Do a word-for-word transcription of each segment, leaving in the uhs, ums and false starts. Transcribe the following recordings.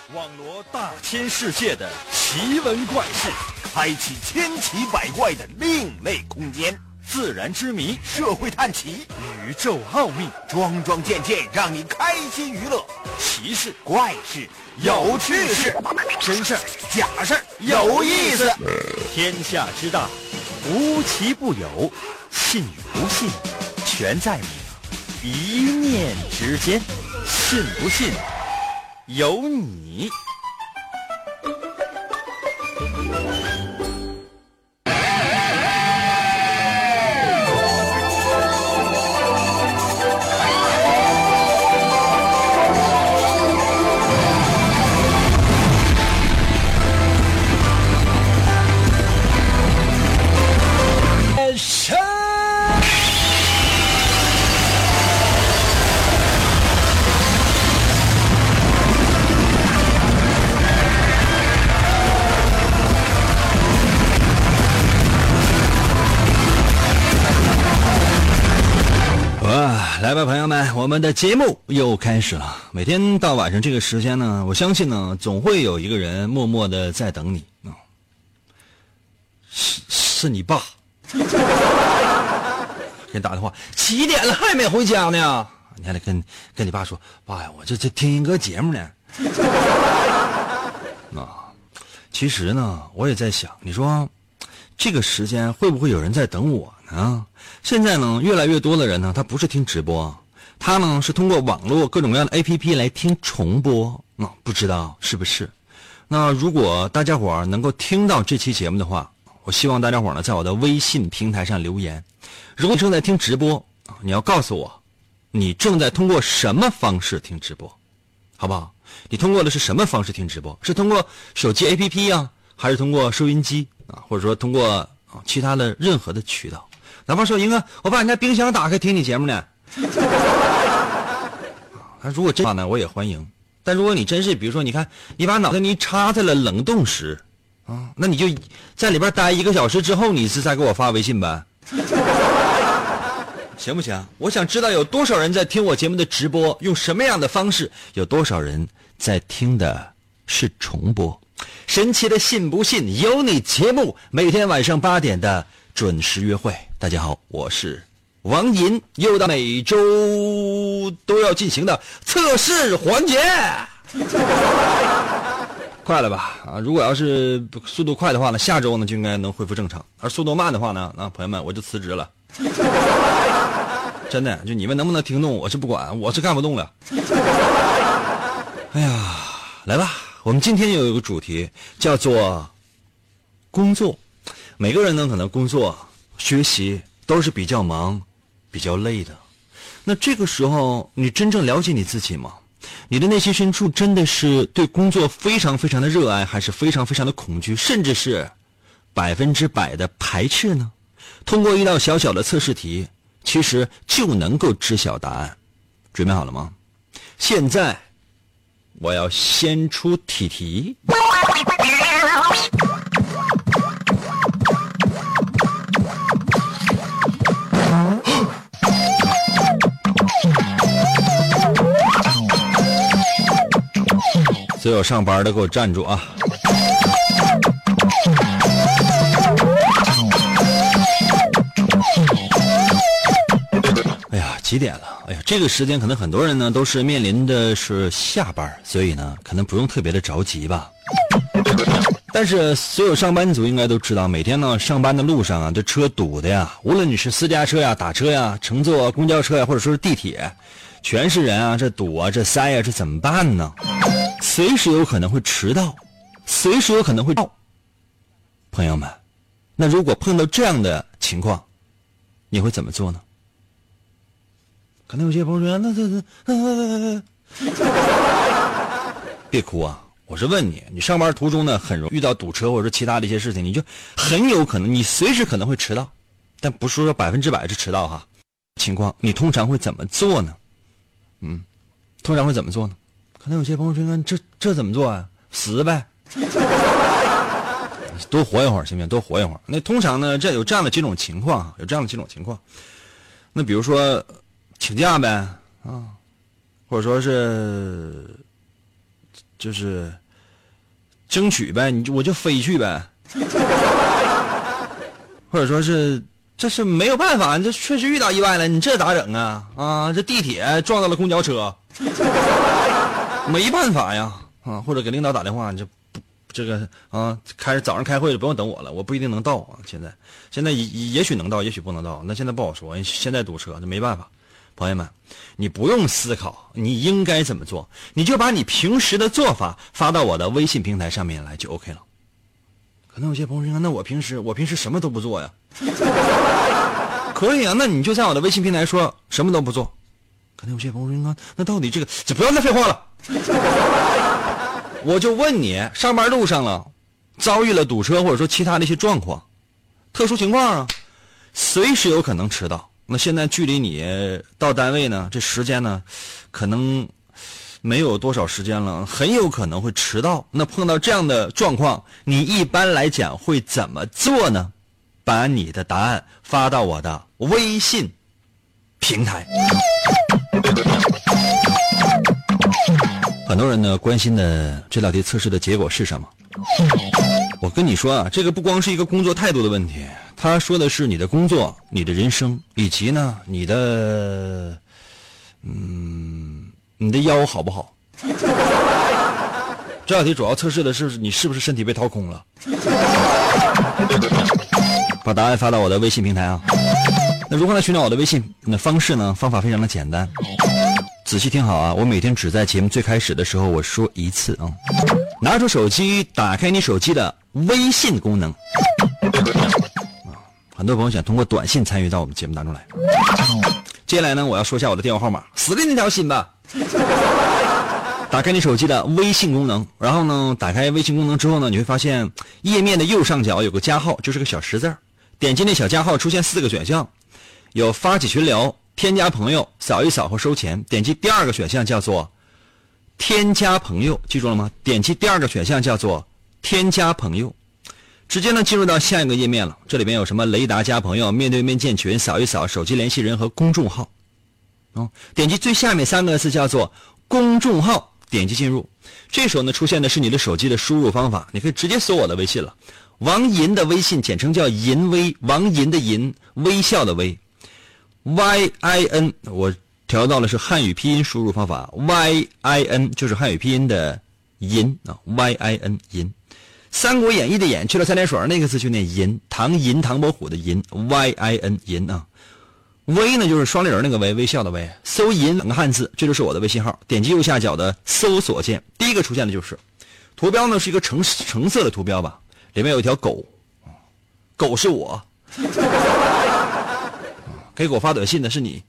网罗大千世界的奇闻怪事，开启千奇百怪的另类空间，自然之谜，社会探奇，宇宙奥秘，桩桩件件让你开心娱乐。奇事怪事有趣事，真事假事有意思。天下之大，无奇不有，信与不信全在你一念之间。信不信由你。来吧，朋友们，我们的节目又开始了。每天到晚上这个时间呢，我相信呢，总会有一个人默默的在等你啊、哦，是是你爸，给你打电话，几点了还没回家呢？你还得跟跟你爸说，爸呀，我这这听一个节目呢。啊，其实呢，我也在想，你说这个时间会不会有人在等我呢？现在呢，越来越多的人呢，他不是听直播，他呢是通过网络各种各样的 A P P 来听重播。那、嗯、不知道是不是？那如果大家伙能够听到这期节目的话，我希望大家伙呢在我的微信平台上留言。如果你正在听直播，你要告诉我，你正在通过什么方式听直播，好不好？你通过的是什么方式听直播？是通过手机 A P P 啊，还是通过收音机啊，或者说通过啊其他的任何的渠道？哪怕说英哥，我把你家冰箱打开听你节目呢。如果这样呢，我也欢迎。但如果你真是，比如说，你看你把脑袋你插在了冷冻室啊，那你就在里边待一个小时之后，你是再给我发微信呗，行不行？我想知道有多少人在听我节目的直播，用什么样的方式，有多少人在听的是重播。神奇的信不信由你节目，每天晚上八点的准时约会。大家好，我是王银，又到每周都要进行的测试环节。快了吧？啊，如果要是速度快的话呢，下周呢就应该能恢复正常；而速度慢的话呢，那朋友们我就辞职了。真的，就你们能不能听懂，我是不管，我是干不动了。哎呀，来吧，我们今天有一个主题叫做工作。每个人呢，可能工作、学习都是比较忙、比较累的。那这个时候，你真正了解你自己吗？你的内心深处真的是对工作非常非常的热爱，还是非常非常的恐惧，甚至是百分之百的排斥呢？通过一道小小的测试题，其实就能够知晓答案。准备好了吗？现在我要先出题题。所有上班的给我站住啊！哎呀，几点了？哎呀，这个时间可能很多人呢都是面临的是下班，所以呢可能不用特别的着急吧。但是所有上班族应该都知道，每天呢上班的路上啊，这车堵的呀，无论你是私家车呀、打车呀、乘坐公交车呀，或者说是地铁，全是人啊，这堵啊，这塞啊，这怎么办呢？随时有可能会迟到，随时有可能会到。朋友们，那如果碰到这样的情况，你会怎么做呢？可能有些朋友说，那这这，别哭啊！我是问你，你上班途中呢，很容易遇到堵车或者说其他的一些事情，你就很有可能，你随时可能会迟到，但不是说百分之百是迟到哈。情况你通常会怎么做呢？嗯，通常会怎么做呢？可能有些朋友说，这这怎么做啊？死呗！多活一会儿行不行？多活一会儿。那通常呢，这有这样的几种情况，有这样的几种情况。那比如说请假呗，啊，或者说是就是争取呗，你我就飞去呗，或者说是这是没有办法，这确实遇到意外了，你这咋整啊？啊，这地铁撞到了公交车，没办法呀啊，或者给领导打电话，你这不这个啊，开始早上开会了，不用等我了，我不一定能到啊。现在现在也也许能到，也许不能到，那现在不好说，现在堵车，这没办法。朋友们，你不用思考你应该怎么做，你就把你平时的做法发到我的微信平台上面来就 OK 了。可能有些朋友说，那我平时我平时什么都不做呀？可以啊，那你就在我的微信平台说什么都不做。可能有些朋友说，那到底这个，就不要再废话了。我就问你，上班路上了，遭遇了堵车或者说其他的一些状况，特殊情况啊，随时有可能迟到。那现在距离你到单位呢，这时间呢，可能没有多少时间了，很有可能会迟到。那碰到这样的状况，你一般来讲会怎么做呢？把你的答案发到我的微信平台。很多人呢关心的这道题测试的结果是什么？我跟你说啊，这个不光是一个工作态度的问题，他说的是你的工作、你的人生，以及呢你的，嗯，你的腰好不好？这道题主要测试的是你是不是身体被掏空了。把答案发到我的微信平台啊。那如何来寻找我的微信？那方式呢？方法非常的简单。仔细听好啊，我每天只在节目最开始的时候我说一次啊。拿出手机，打开你手机的微信功能。很多朋友想通过短信参与到我们节目当中来。接下来呢，我要说一下我的电话号码，死了那条心吧。打开你手机的微信功能，然后呢，打开微信功能之后呢，你会发现页面的右上角有个加号，就是个小十字，点击那小加号出现四个选项，有发起群聊、添加朋友、扫一扫或收钱。点击第二个选项叫做添加朋友，记住了吗？点击第二个选项叫做添加朋友，直接呢进入到下一个页面了。这里边有什么雷达加朋友、面对面建群、扫一扫、手机联系人和公众号。哦，点击最下面三个字叫做公众号，点击进入。这时候呢出现的是你的手机的输入方法，你可以直接搜我的微信了。王银的微信简称叫银微，王银的银，微笑的微 Y I N， 我调到的是汉语拼音输入方法 Y I N， 就是汉语拼音的银啊 Y I N 银。三国演义的演去了三点水那个字就念银，唐银唐伯虎的银 Y I N 银啊。微呢就是双立人那个微，微笑的微。搜银两个汉字，这就是我的微信号。点击右下角的搜索键，第一个出现的就是图标呢是一个橙橙色的图标吧，里面有一条狗，狗是我，给我发短信的是你，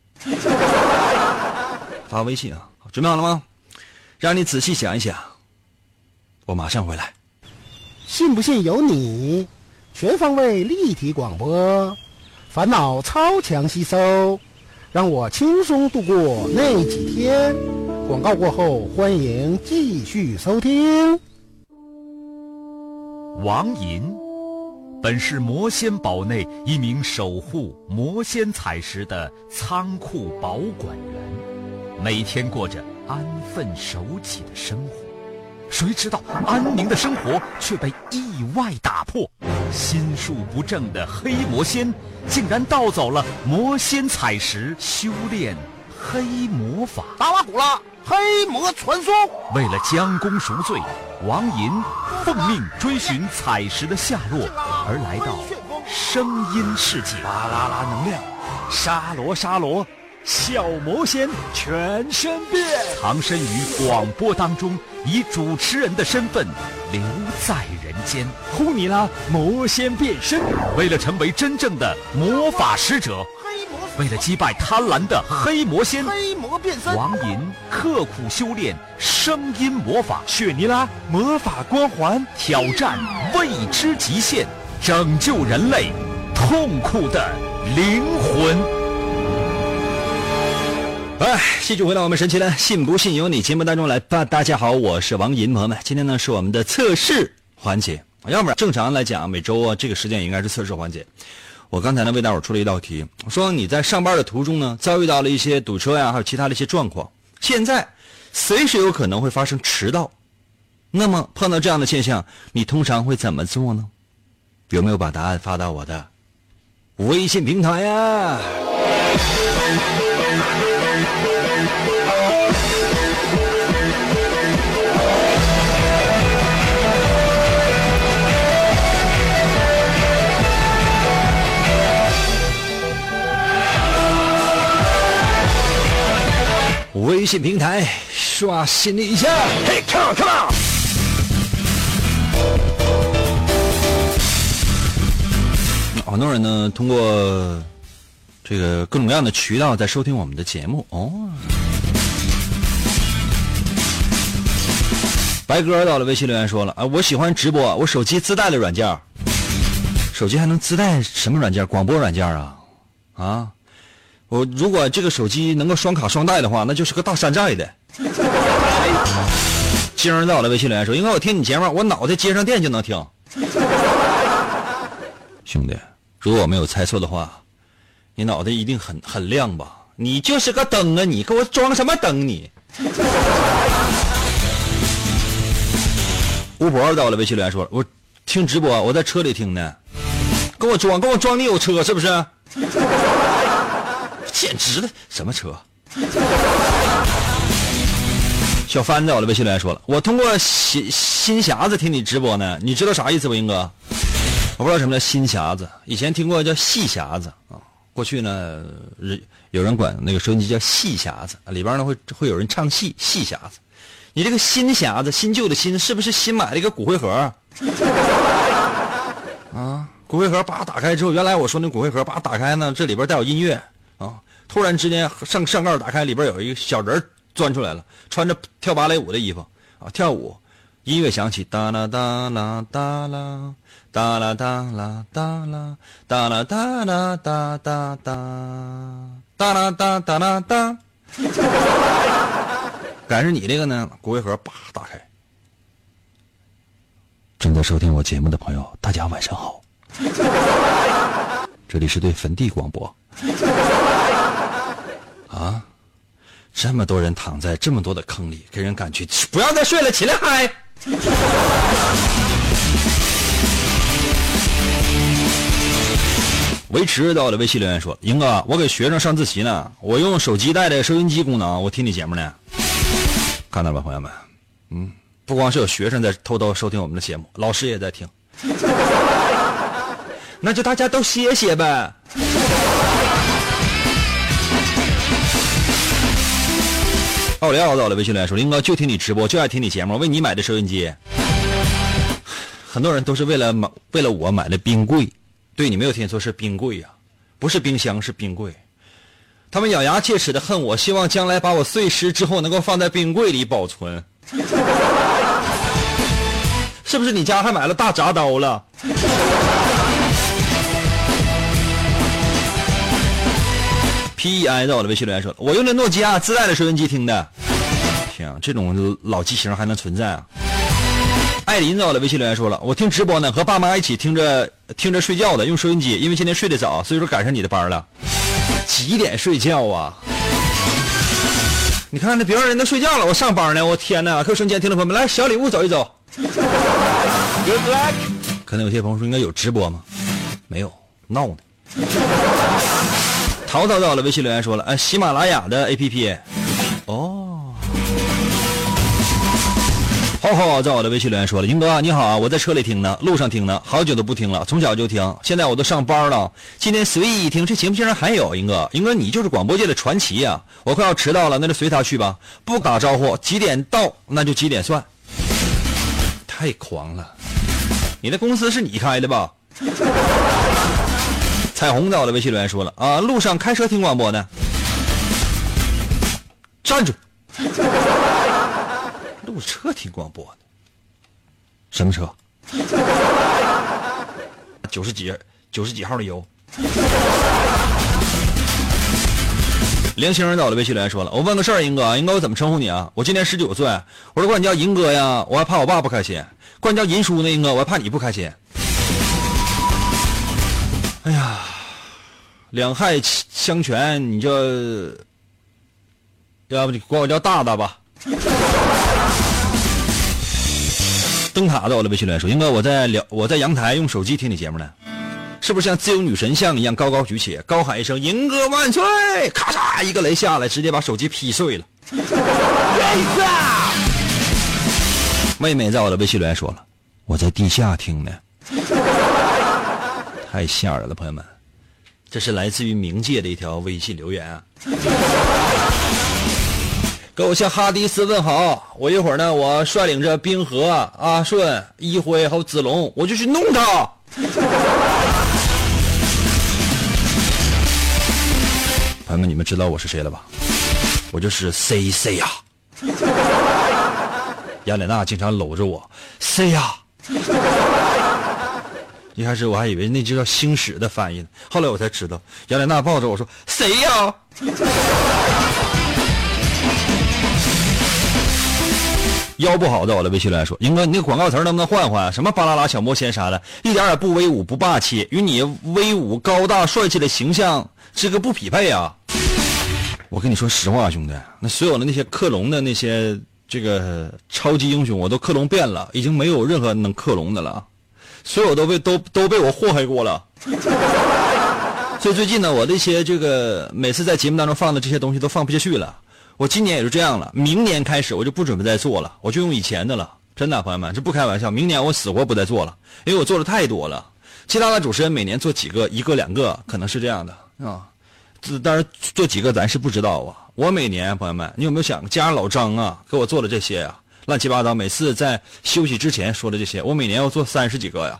发微信啊，准备好了吗？让你仔细想一想，我马上回来。 信不信由你，全方位立体广播，烦恼超强吸收，让我轻松度过那几天。广告过后，欢迎继续收听。 王银本是魔仙堡内一名守护魔仙彩石的仓库保管员，每天过着安分守己的生活。谁知道安宁的生活却被意外打破，心术不正的黑魔仙竟然盗走了魔仙彩石，修炼黑魔法。 达瓦古拉黑魔传说。 为了将功赎罪，王银奉命追寻彩石的下落，而来到声音世界。 巴啦啦能量，沙罗沙罗，小魔仙全身变。 藏身于广播当中，以主持人的身份留在人间。 呼尼拉魔仙变身， 为了成为真正的魔法使者，为了击败贪婪的黑魔仙， 黑魔变身。 王银刻苦修炼声音魔法。 雪尼拉魔法光环， 挑战未知极限，拯救人类痛苦的灵魂。 哎，继续回到我们神奇的信不信由你节目当中来吧。大家好，我是王银，朋友们，今天呢是我们的测试环节。要不然正常来讲每周啊这个时间也应该是测试环节。我刚才呢为大伙出了一道题，说你在上班的途中呢遭遇到了一些堵车呀还有其他的一些状况，现在随时有可能会发生迟到。 那么碰到这样的现象，你通常会怎么做呢？有没有把答案发到我的微信平台呀？微信平台刷新一下，嘿 ，come on come on。很多人呢，通过这个各种各样的渠道在收听我们的节目哦。白哥到了微信留言说了啊，我喜欢直播，我手机自带的软件，手机还能自带什么软件？广播软件啊啊！我如果这个手机能够双卡双待的话，那就是个大山寨的。今儿到了微信留言说，因为我听你节目，我脑袋接上电就能听。兄弟，如果我没有猜错的话，你脑袋一定很很亮吧？你就是个灯啊！你给我装什么灯你？巫婆到了微信留言说，我听直播，我在车里听的，给我装，给我装，你有车是不是？简直的，什么车？小帆在我的微信留言说了，我通过新新匣子听你直播呢，你知道啥意思不，英哥？我不知道什么叫新匣子，以前听过叫细匣子啊。过去呢，有人管那个收音机叫细匣子，里边呢会会有人唱戏，细匣子。你这个新匣子，新旧的新，是不是新买了一个骨灰盒啊？骨灰盒把打开之后，原来我说那骨灰盒把打开呢，这里边带有音乐啊。突然之间上上盖打开，里边有一个小人钻出来了，穿着跳芭蕾舞的衣服啊，跳舞，音乐响起，哒啦哒啦哒啦哒啦哒啦哒啦哒啦哒啦哒哒哒哒啦哒哒啦哒。赶上你这个呢，骨灰盒叭打开。正在收听我节目的朋友，大家晚上好，这里是对坟地广播。啊，这么多人躺在这么多的坑里，给人感觉不要再睡了，起来嗨！维持到了微信留言说，英哥，我给学生上自习呢，我用手机带着收音机功能，我听你节目呢。看到了吧，朋友们，嗯，不光是有学生在偷偷收听我们的节目，老师也在听，那就大家都歇歇呗。奥利奥到了微信留言说，林哥就听你直播，就爱听你节目，为你买的收音机。很多人都是为了买，为了我买的冰柜。对，你没有听错，是冰柜呀、啊，不是冰箱，是冰柜。他们咬牙切齿的恨我，希望将来把我碎尸之后能够放在冰柜里保存。是不是你家还买了大铡刀了？P E I 在我的微信留言说，我用的诺基亚自带的收音机听的。天啊，这种老机型还能存在啊！艾琳在我的微信留言说了，我听直播呢，和爸妈一起听着听着睡觉的，用收音机，因为今天睡得早，所以说赶上你的班了。几点睡觉啊？你看那别人都睡觉了，我上班呢，我天哪！各位瞬间听众朋友们，来小礼物走一走。Good luck。可能有些朋友说，应该有直播吗？没有，闹呢。淘淘到了微信留言说了，呃，喜马拉雅的 A P P。哦。浩浩在我的微信留言说了，英哥你好啊，我在车里听呢，路上听呢，好久都不听了，从小就听，现在我都上班了，今天随意一听，这节目竟然还有。英哥，英哥你就是广播界的传奇呀、啊！我快要迟到了，那就随他去吧，不打招呼，几点到那就几点算。太狂了，你的公司是你开的吧？彩虹在我的微信留言说了啊，路上开车听广播呢。站住！路车听广播的，什么车？九十几九十几号的油。零星在我的微信留言说了，我问个事儿，英哥，英哥我怎么称呼你啊？我今年十九岁，我说管你叫银哥呀，我还怕我爸不开心；管你叫银叔呢，英哥，我还怕你不开心。哎呀，两害相权，你就要不你管我叫大大吧。 灯塔的我的微信留言说，应该我在聊我在阳台用手机听你节目呢，是不是像自由女神像一样高高举起，高喊一声银哥万岁，咔嚓一个雷下来，直接把手机劈碎了。妹妹在我的微信留言说了，我在地下听呢。太吓人了，朋友们，这是来自于冥界的一条微信留言啊。给我向哈迪斯问好，我一会儿呢，我率领着冰河、阿顺、一辉还有子龙，我就去弄他。朋友们，你们知道我是谁了吧？我就是 C C 呀。亚莲娜经常搂着我 C 呀。一开始我还以为那就叫星矢的翻译，后来我才知道亚莲娜抱着我说谁呀。腰不好的我的微信来说，英哥你那个广告词能不能换换，什么巴啦啦小魔仙啥的，一点也不威武不霸气，与你威武高大帅气的形象这个不匹配啊。我跟你说实话兄弟，那所有的那些克隆的那些这个超级英雄我都克隆遍了，已经没有任何能克隆的了，所有都被都都被我祸害过了。所以最近呢，我这些这个每次在节目当中放的这些东西都放不下去了。我今年也是这样了，明年开始我就不准备再做了，我就用以前的了，真的朋友们，这不开玩笑，明年我死活不再做了，因为我做的太多了。其他的主持人每年做几个，一个两个，可能是这样的啊。当然做几个咱是不知道啊。我每年朋友们，你有没有想，加上老张啊给我做的这些啊，乱七八糟，每次在休息之前说的这些，我每年要做三十几个呀。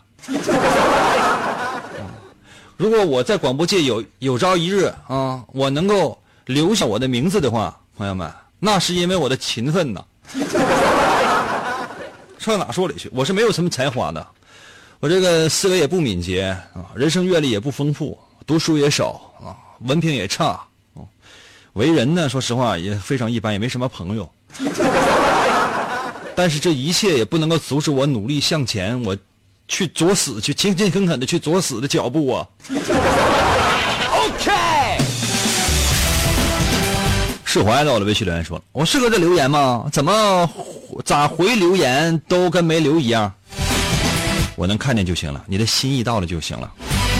如果我在广播界有有朝一日啊，我能够留下我的名字的话，朋友们，那是因为我的勤奋呐。上哪说理去？我是没有什么才华的，我这个思维也不敏捷啊，人生阅历也不丰富，读书也少啊，文凭也差啊，为人呢，说实话也非常一般，也没什么朋友。但是这一切也不能够阻止我努力向前，我去作死，去勤勤恳恳的去作死的脚步啊。OK。释怀了我的微信留言说了，我适合这留言吗？怎么咋回留言都跟没留一样？我能看见就行了，你的心意到了就行了。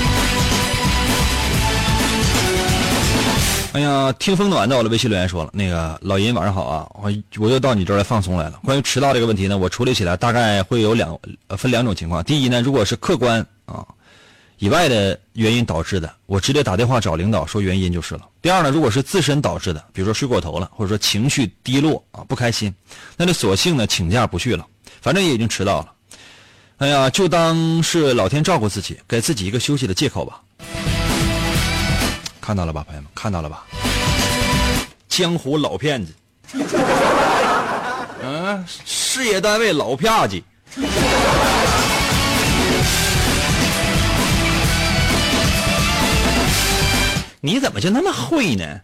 哎呀，听风暖的我的微信留言说了，那个老银晚上好啊，我我又到你这儿来放松来了。关于迟到这个问题呢，我处理起来大概会有两呃分两种情况。第一呢，如果是客观啊以外的原因导致的，我直接打电话找领导说原因就是了。第二呢，如果是自身导致的，比如说睡过头了，或者说情绪低落啊不开心，那就索性呢请假不去了，反正也已经迟到了。哎呀，就当是老天照顾自己，给自己一个休息的借口吧。看到了吧，朋友们，看到了吧？江湖老骗子，嗯，事业单位老啪叽。你怎么就那么会呢？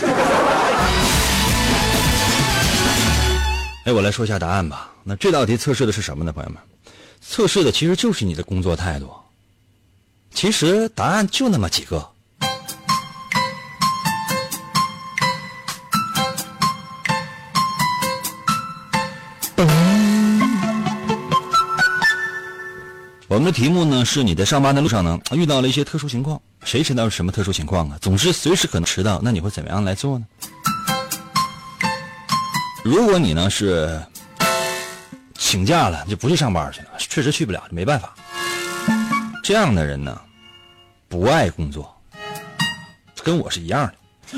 哎，我来说一下答案吧。那这道题测试的是什么呢，朋友们？测试的其实就是你的工作态度。其实答案就那么几个。我们的题目呢是你在上班的路上呢遇到了一些特殊情况，谁知道是什么特殊情况啊？总之随时可能迟到，那你会怎么样来做呢？如果你呢是请假了就不去上班去了，确实去不了，没办法。这样的人呢不爱工作，跟我是一样的。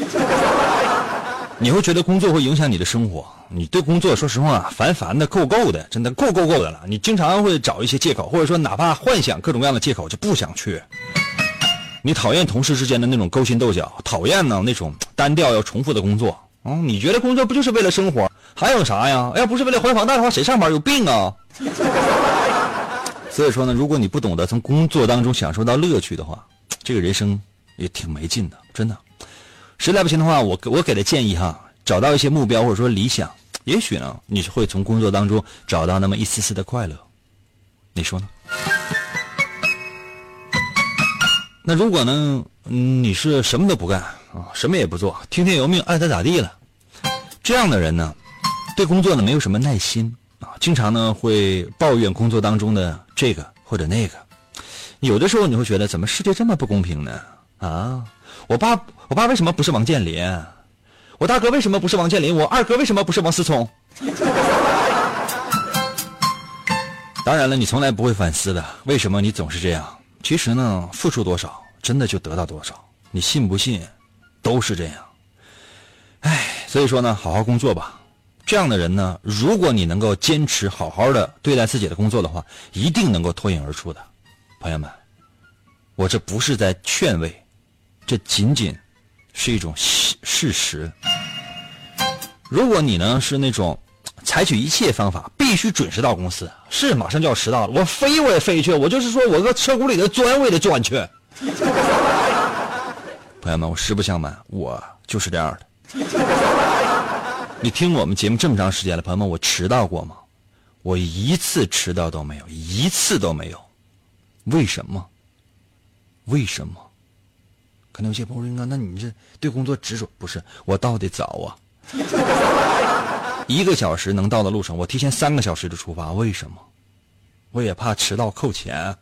你会觉得工作会影响你的生活，你对工作说实话烦烦的够够的，真的够够够的了。你经常会找一些借口，或者说哪怕幻想各种各样的借口就不想去。你讨厌同事之间的那种勾心斗角，讨厌呢那种单调要重复的工作。嗯，你觉得工作不就是为了生活？还有啥呀？要不是为了还房贷的话，谁上班？有病啊！所以说呢，如果你不懂得从工作当中享受到乐趣的话，这个人生也挺没劲的，真的。实在不行的话，我我给的建议哈，找到一些目标或者说理想，也许呢，你会从工作当中找到那么一丝丝的快乐。你说呢？那如果呢，嗯，你是什么都不干啊，什么也不做，听天由命，爱咋咋地了，这样的人呢，对工作呢没有什么耐心， 啊，经常呢会抱怨工作当中的这个或者那个。有的时候你会觉得，怎么世界这么不公平呢？啊，我爸我爸为什么不是王健林？我大哥为什么不是王健林？我二哥为什么不是王思聪？当然了，你从来不会反思的，为什么你总是这样？其实呢，付出多少，真的就得到多少。你信不信，都是这样。唉，所以说呢，好好工作吧。这样的人呢，如果你能够坚持好好的对待自己的工作的话，一定能够脱颖而出的。朋友们，我这不是在劝慰，这仅仅是一种事实。如果你呢是那种采取一切方法必须准时到公司，是马上就要迟到了，我飞我也飞去，我就是说我个车轱里的钻我也得钻去。朋友们，我实不相瞒，我就是这样的。你听我们节目这么长时间了，朋友们，我迟到过吗？我一次迟到都没有，一次都没有。为什么？为什么？可能有些朋友说，那你这对工作执着？不是，我到得早啊。一个小时能到的路程，我提前三个小时就出发，为什么？我也怕迟到扣钱。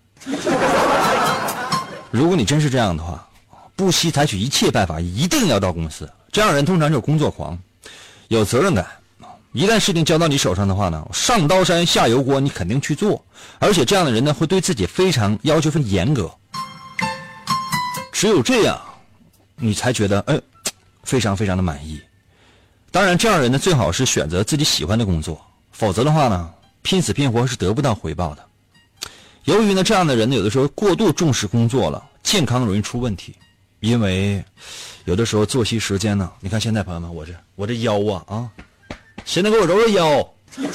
如果你真是这样的话，不惜采取一切办法，一定要到公司。这样人通常就是工作狂，有责任感。一旦事情交到你手上的话呢，上刀山下油锅你肯定去做，而且这样的人呢会对自己非常要求非常严格。只有这样，你才觉得哎，非常非常的满意。当然，这样的人呢最好是选择自己喜欢的工作，否则的话呢，拼死拼活是得不到回报的。由于呢这样的人呢有的时候过度重视工作了，健康容易出问题，因为有的时候作息时间呢，你看现在朋友们，我这我这腰啊啊。谁能给我揉揉腰？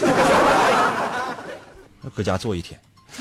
搁家坐一天。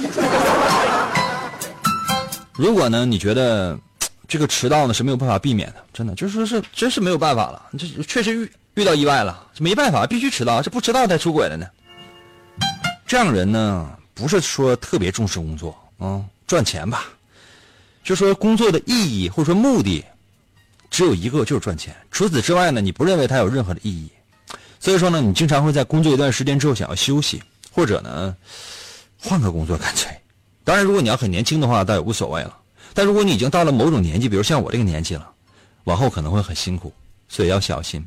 如果呢，你觉得这个迟到呢是没有办法避免的，真的就是说是真是没有办法了，这确实遇遇到意外了，没办法，必须迟到，这不迟到才出轨了呢。这样人呢，不是说特别重视工作啊、嗯，赚钱吧，就说工作的意义或者说目的只有一个，就是赚钱。除此之外呢，你不认为它有任何的意义。所以说呢，你经常会在工作一段时间之后想要休息，或者呢换个工作干脆。当然如果你要很年轻的话倒也无所谓了，但如果你已经到了某种年纪，比如像我这个年纪了，往后可能会很辛苦，所以要小心。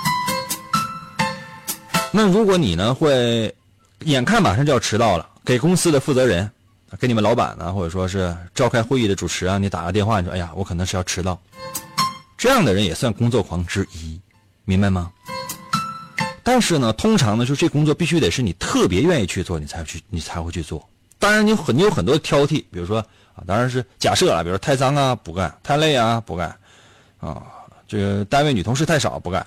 那如果你呢会眼看马上就要迟到了，给公司的负责人，给你们老板呢，或者说是召开会议的主持啊，你打个电话，你说哎呀我可能是要迟到，这样的人也算工作狂之一，明白吗？但是呢，通常呢，就这工作必须得是你特别愿意去做，你才去，你才会去做。当然你有很你有很多挑剔，比如说啊，当然是假设了，比如说太脏啊不干，太累啊不干，啊，这个单位女同事太少不干。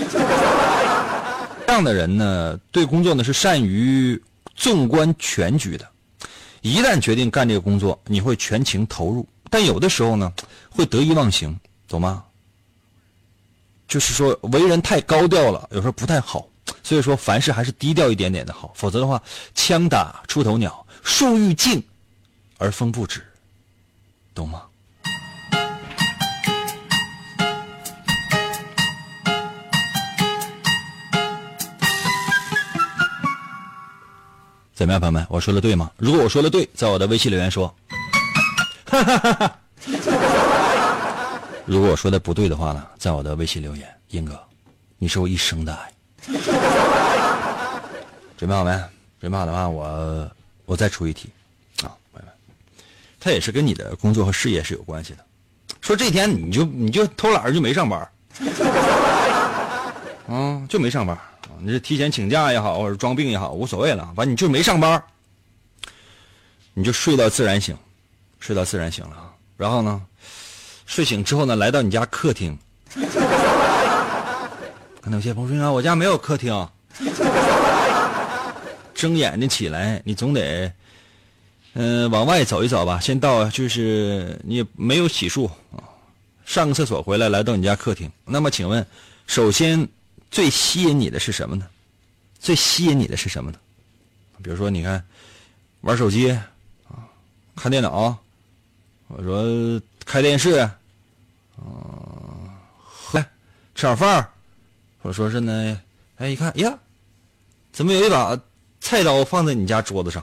这样的人呢，对工作呢是善于纵观全局的。一旦决定干这个工作，你会全情投入，但有的时候呢，会得意忘形，懂吗？就是说为人太高调了，有时候不太好，所以说凡事还是低调一点点的好，否则的话枪打出头鸟，树欲静而风不止，懂吗？怎么样朋友们，我说的对吗？如果我说的对，在我的微信留言说哈哈哈哈。如果我说的不对的话呢，在我的微信留言，英哥，你是我一生的爱。准备好没？准备好的话，我我再出一题啊，朋友们，它也是跟你的工作和事业是有关系的。说这天你就你就偷懒就没上班，啊，就没上班，你是提前请假也好，或者装病也好，无所谓了，反正你就没上班，你就睡到自然醒，睡到自然醒了，然后呢？睡醒之后呢，来到你家客厅，可能有些朋友说啊，我家没有客厅。睁眼睛起来，你总得，嗯、呃，往外走一走吧。先到就是你也没有洗漱啊，上个厕所回来，来到你家客厅。那么请问，首先最吸引你的是什么呢？最吸引你的是什么呢？比如说，你看，玩手机啊，看电脑，或者说开电视。嗯，喝吃点饭，或者说是呢，哎，一看呀，怎么有一把菜刀放在你家桌子上，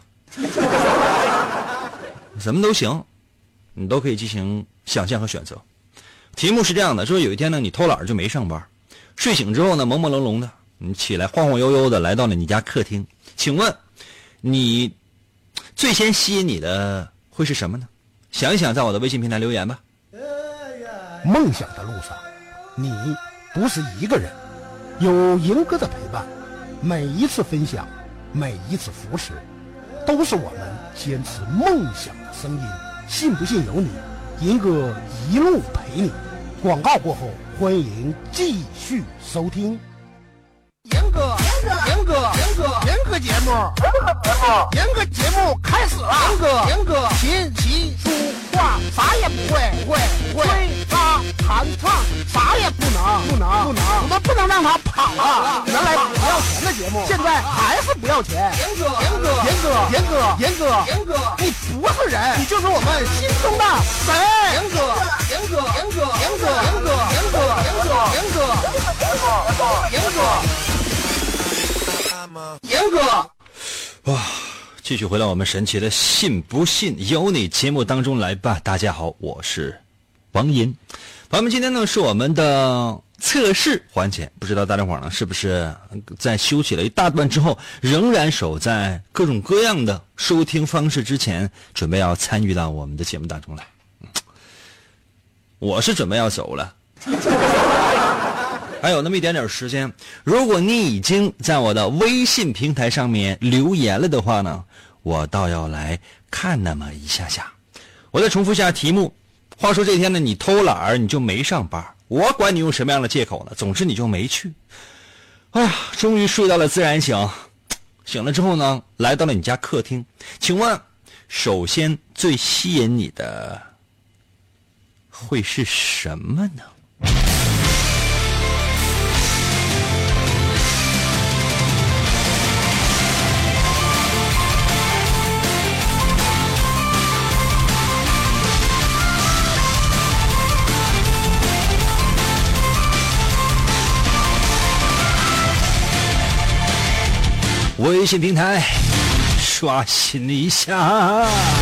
什么都行，你都可以进行想象和选择。题目是这样的，就是有一天呢，你偷懒就没上班，睡醒之后呢，朦朦胧胧的，你起来晃晃悠悠的来到了你家客厅，请问你最先吸引你的会是什么呢？想一想，在我的微信平台留言吧。 梦想的路上，你不是一个人，有银哥的陪伴，每一次分享，每一次扶持，都是我们坚持梦想的声音。信不信由你，银哥一路陪你。广告过后，欢迎继续收听。严哥，严哥，严哥，严哥节目，严哥节目开始了。严哥，严哥，琴棋书画啥也不会，不会，不会，吹拉弹唱啥也不能，不能，不能，我们不能让他跑了。原来不要钱的节目，现在还是不要钱。严哥，严哥，严哥，严哥，严哥，严哥，你不是人，你就是我们心中的神。严哥，严哥，严哥，严哥，严哥，严哥，严哥，严哥，严哥，严哥。严哥， 哇！继续回到我们神奇的信不信由你节目当中来吧。大家好，我是王银。朋友们，今天呢是我们的测试环节，不知道大家伙呢是不是在休息了一大段之后，仍然守在各种各样的收听方式之前，准备要参与到我们的节目当中来。我是准备要走了。还有那么一点点时间，如果你已经在我的微信平台上面留言了的话呢，我倒要来看那么一下下。我再重复一下题目。话说这天呢，你偷懒你就没上班，我管你用什么样的借口呢，总之你就没去。哎呀，终于睡到了自然醒，醒了之后呢，来到了你家客厅。请问首先最吸引你的会是什么呢？微信平台刷新一下。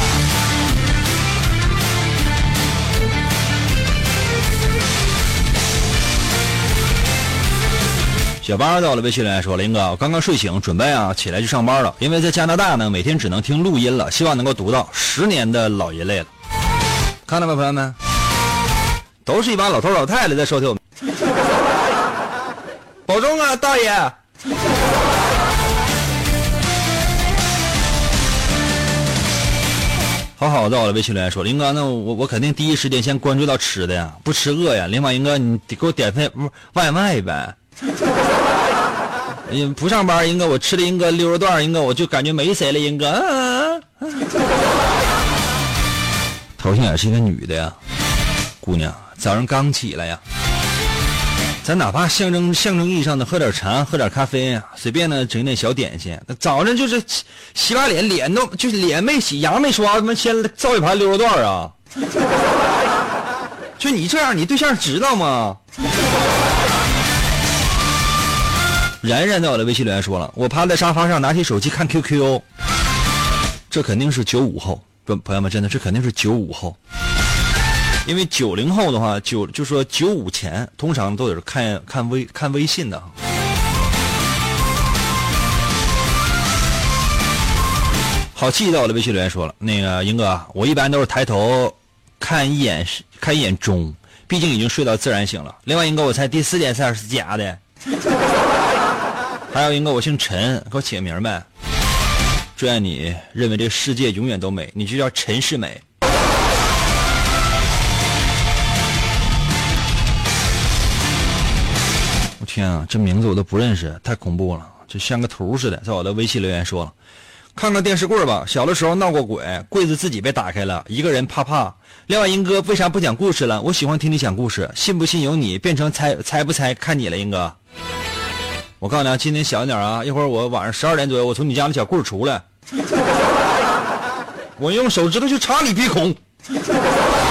小八到了微信留言说：“林哥，我刚刚睡醒，准备啊起来去上班了。因为在加拿大呢，每天只能听录音了，希望能够读到。十年的老人类了，看到没，朋友们，都是一帮老头老太太在收听我们。保重啊，大爷。”好好的，我的微信留言说：“林哥，那我我肯定第一时间先关注到吃的呀，不吃饿呀。另外，英哥你得给我点份外卖呗。嗯，不上班，英哥我吃的英哥溜肉段，英哥我就感觉没谁了，英哥。啊”头像也是一个女的呀，姑娘，早上刚起来呀。咱哪怕象征象征意义上的喝点茶，喝点咖啡啊，随便呢整点小点心。早上就是洗把脸，脸都就是脸没洗，牙没刷，他妈先造一盘溜肉段啊！就你这样，你对象知道吗？然然在我的微信留言说了，我趴在沙发上拿起手机看 Q Q， 这肯定是九五后，朋友们，真的这肯定是九五后。因为九零后的话，九就说九五前通常都有看看微看微信的。好气到我的微信留言说了，那个英哥，我一般都是抬头看一眼看一眼钟，毕竟已经睡到自然醒了。另外英哥，我猜第四件事是假的。还有英哥，我姓陈，给我起个名呗。祝愿你认为这个世界永远都美，你就叫陈世美。天啊，这名字我都不认识，太恐怖了，就像个图似的。在我的微信留言说了，看看电视柜吧，小的时候闹过鬼，柜子自己被打开了，一个人怕怕。另外，英哥为啥不讲故事了？我喜欢听你讲故事，信不信由你，变成猜猜不猜看你了，英哥。我告诉你啊，今天小一点啊，一会儿我晚上十二点左右，我从你家的小柜出来，我用手指头去插你鼻孔，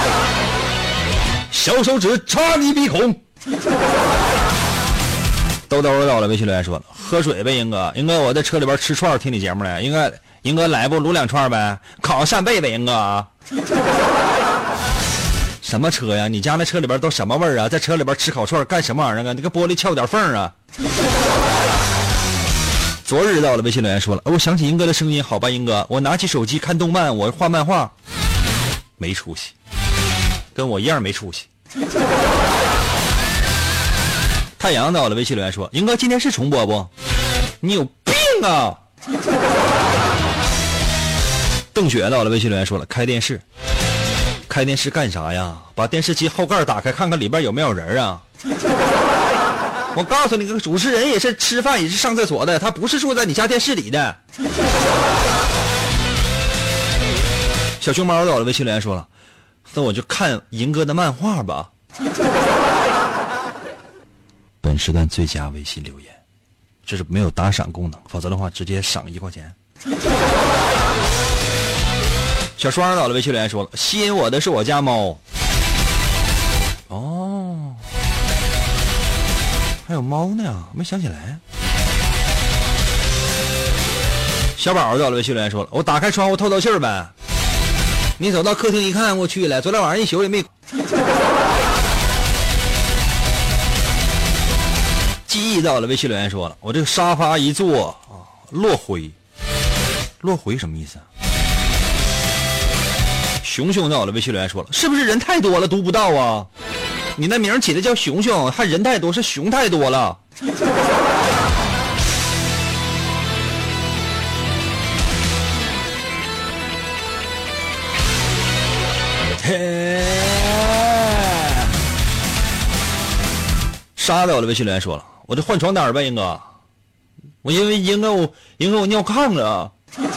小手指插你鼻孔。 兜兜到了微信留言说了，喝水呗，英哥，英哥我在车里边吃串听你节目来，英哥英哥来不撸两串呗，烤个扇贝呗，英哥。什么车呀？你家那车里边都什么味儿啊？在车里边吃烤串干什么玩意儿啊？那个玻璃撬点缝啊！昨日到了微信留言说了，我想起英哥的声音，好吧，英哥，我拿起手机看动漫，我画漫画，没出息，跟我一样没出息。太阳到了微信留言说，英哥今天是重播不？你有病啊！邓雪到了微信留言说了，开电视。开电视干啥呀？把电视机后盖打开看看里边有没有人啊！我告诉你，个主持人也是吃饭也是上厕所的，他不是住在你家电视里的。小熊猫到了微信留言说了，那我就看银哥的漫画吧。本时段最佳微信留言，这是没有打赏功能，否则的话直接赏一块钱。小双到了微信留言说了，吸引我的是我家猫。哦，还有猫呢，没想起来。小宝到了微信留言说了，我打开窗户透透气儿呗。你走到客厅一看，我去了，昨天晚上一宿也没。记忆到了微信留言说了，我这个沙发一坐啊，落灰。落灰什么意思啊？熊熊到了微信留言说了，是不是人太多了读不到啊？你那名起的叫熊熊，还人太多，是熊太多了。杀到了微信留言说了，我就换床单呗，英哥，我因为英哥我英哥我尿炕了。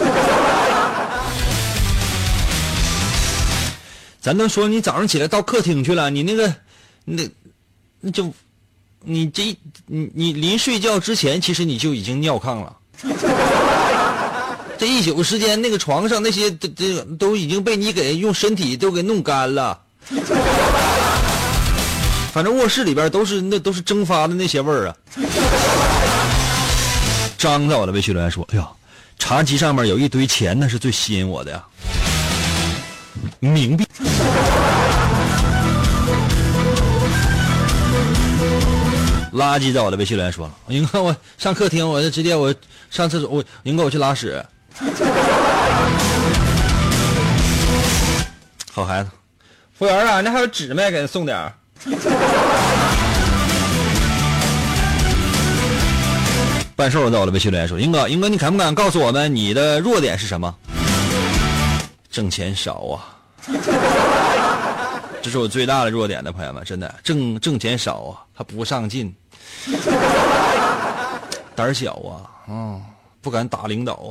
咱都说你早上起来到客厅去了，你那个那那就你这你你临睡觉之前其实你就已经尿炕了。这一宿时间那个床上那些这这都已经被你给用身体都给弄干了。反正卧室里边都是那都是蒸发的那些味儿啊。张在我的微信留言说，哎呀，茶几上面有一堆钱，那是最吸引我的呀。冥币。垃圾在我的微信留言说了，英哥我上客厅，我就直接我上厕所，我英哥我去拉屎。好孩子，服务员啊，那还有纸没？给他送点。半兽在我的微信留言说，英哥英哥你敢不敢告诉我们你的弱点是什么？挣钱少啊。这是我最大的弱点的朋友们，真的挣挣钱少啊，他不上进，胆小啊，嗯，不敢打领导啊。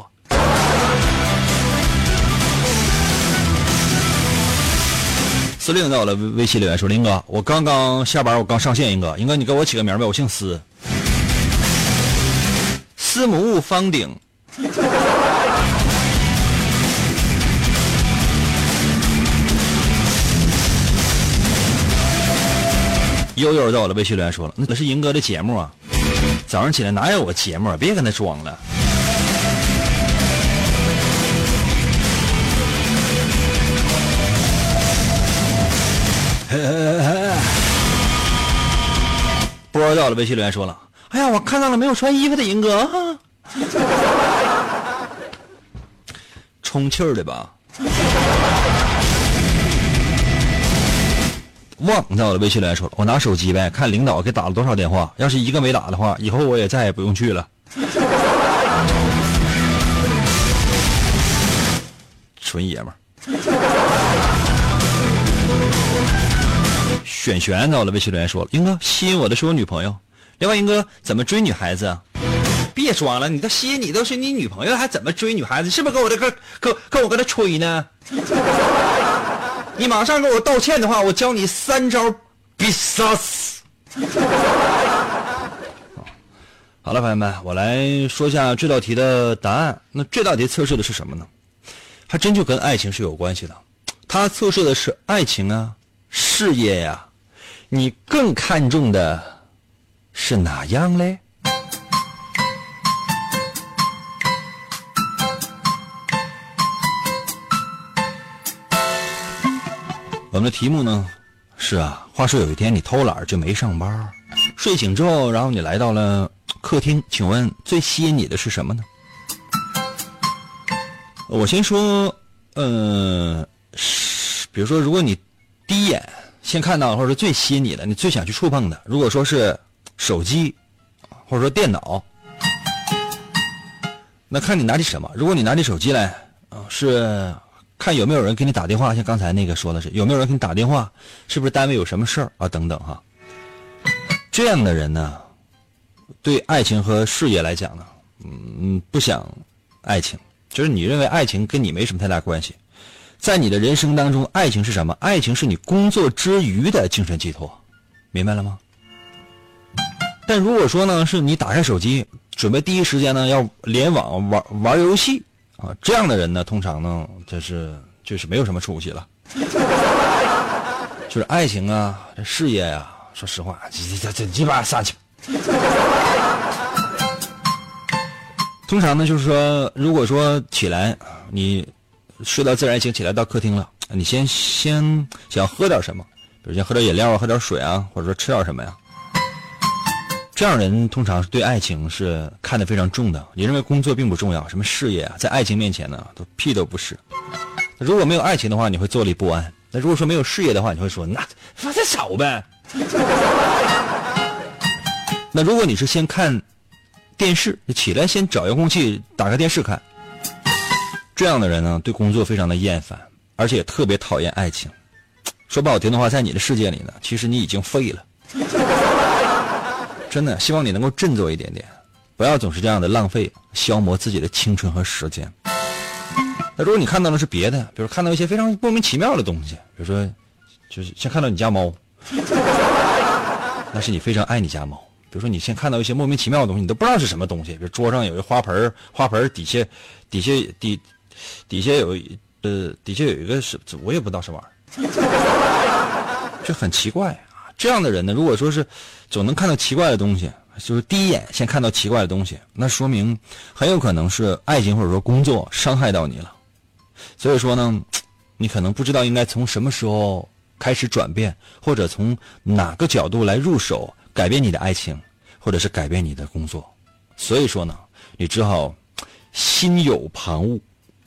司令到了微信留言说，林哥我刚刚下班，我刚上线，英哥英哥你给我起个名呗，我姓司，司母戊方鼎。悠悠到了微信留言说了，那是银哥的节目啊，早上起来哪有我节目啊，别跟他装了。波到了微信留言说了，哎呀我看到了没有穿衣服的银哥啊，充气儿的吧。忘到了微信来说，我拿手机呗，看领导给打了多少电话，要是一个没打的话，以后我也再也不用去了。纯爷们儿。选选到了微信留言说了，英哥吸引我的是我女朋友。另外英哥怎么追女孩子啊？别装了，你都吸引你都是你女朋友，还怎么追女孩子？是不是跟我这个跟跟我跟他吹呢？你马上给我道歉的话，我教你三招必杀死。好了，朋友们，我来说一下这道题的答案。那这道题测试的是什么呢？还真就跟爱情是有关系的。它测试的是爱情啊，事业呀、啊，你更看重的是哪样嘞？ 我们的题目呢是啊，话说有一天你偷懒就没上班，睡醒之后，然后你来到了客厅，请问最吸引你的是什么呢？我先说，呃，比如说，如果你第一眼先看到，或者说最吸引你的，你最想去触碰的，如果说是手机，或者说电脑，那看你拿起什么。如果你拿起手机来，啊，是看有没有人给你打电话，像刚才那个说的是有没有人给你打电话，是不是单位有什么事儿啊，等等哈。这样的人呢，对爱情和事业来讲呢，嗯，不想爱情，就是你认为爱情跟你没什么太大关系。在你的人生当中，爱情是什么？爱情是你工作之余的精神寄托，明白了吗？但如果说呢，是你打开手机，准备第一时间呢要联网玩玩游戏啊，这样的人呢，通常呢，就是就是没有什么出息了。就是爱情啊，这事业啊，说实话，这这这鸡巴撒去。通常呢，就是说，如果说起来，你睡到自然醒，起来到客厅了，你先先想喝点什么，比如先喝点饮料啊，喝点水啊，或者说吃点什么呀。这样人通常是对爱情是看得非常重的，你认为工作并不重要，什么事业啊，在爱情面前呢，都屁都不是。如果没有爱情的话，你会坐立不安；那如果说没有事业的话，你会说那发点少呗。那如果你是先看电视，你起来先找遥控器打开电视看，这样的人呢，对工作非常的厌烦，而且也特别讨厌爱情。说不好听的话，在你的世界里呢，其实你已经废了。真的希望你能够振作一点点，不要总是这样的浪费消磨自己的青春和时间。那如果你看到的是别的，比如看到一些非常莫名其妙的东西，比如说就是先看到你家猫，那是你非常爱你家猫。比如说你先看到一些莫名其妙的东西，你都不知道是什么东西，比如桌上有一个花盆，花盆底下底下底底下有呃底下有一个是我也不知道什么玩意儿，就很奇怪啊。这样的人呢，如果说是总能看到奇怪的东西，就是第一眼先看到奇怪的东西，那说明很有可能是爱情或者说工作伤害到你了。所以说呢，你可能不知道应该从什么时候开始转变，或者从哪个角度来入手改变你的爱情，或者是改变你的工作。所以说呢，你只好心有旁骛。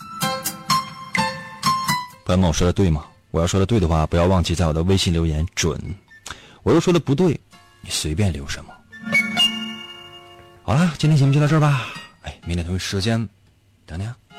朋友们，我说的对吗？我要说的对的话，不要忘记在我的微信留言准。我又说的不对，你随便留什么。好了，今天节目就到这儿吧。哎，明天同一时间等你啊。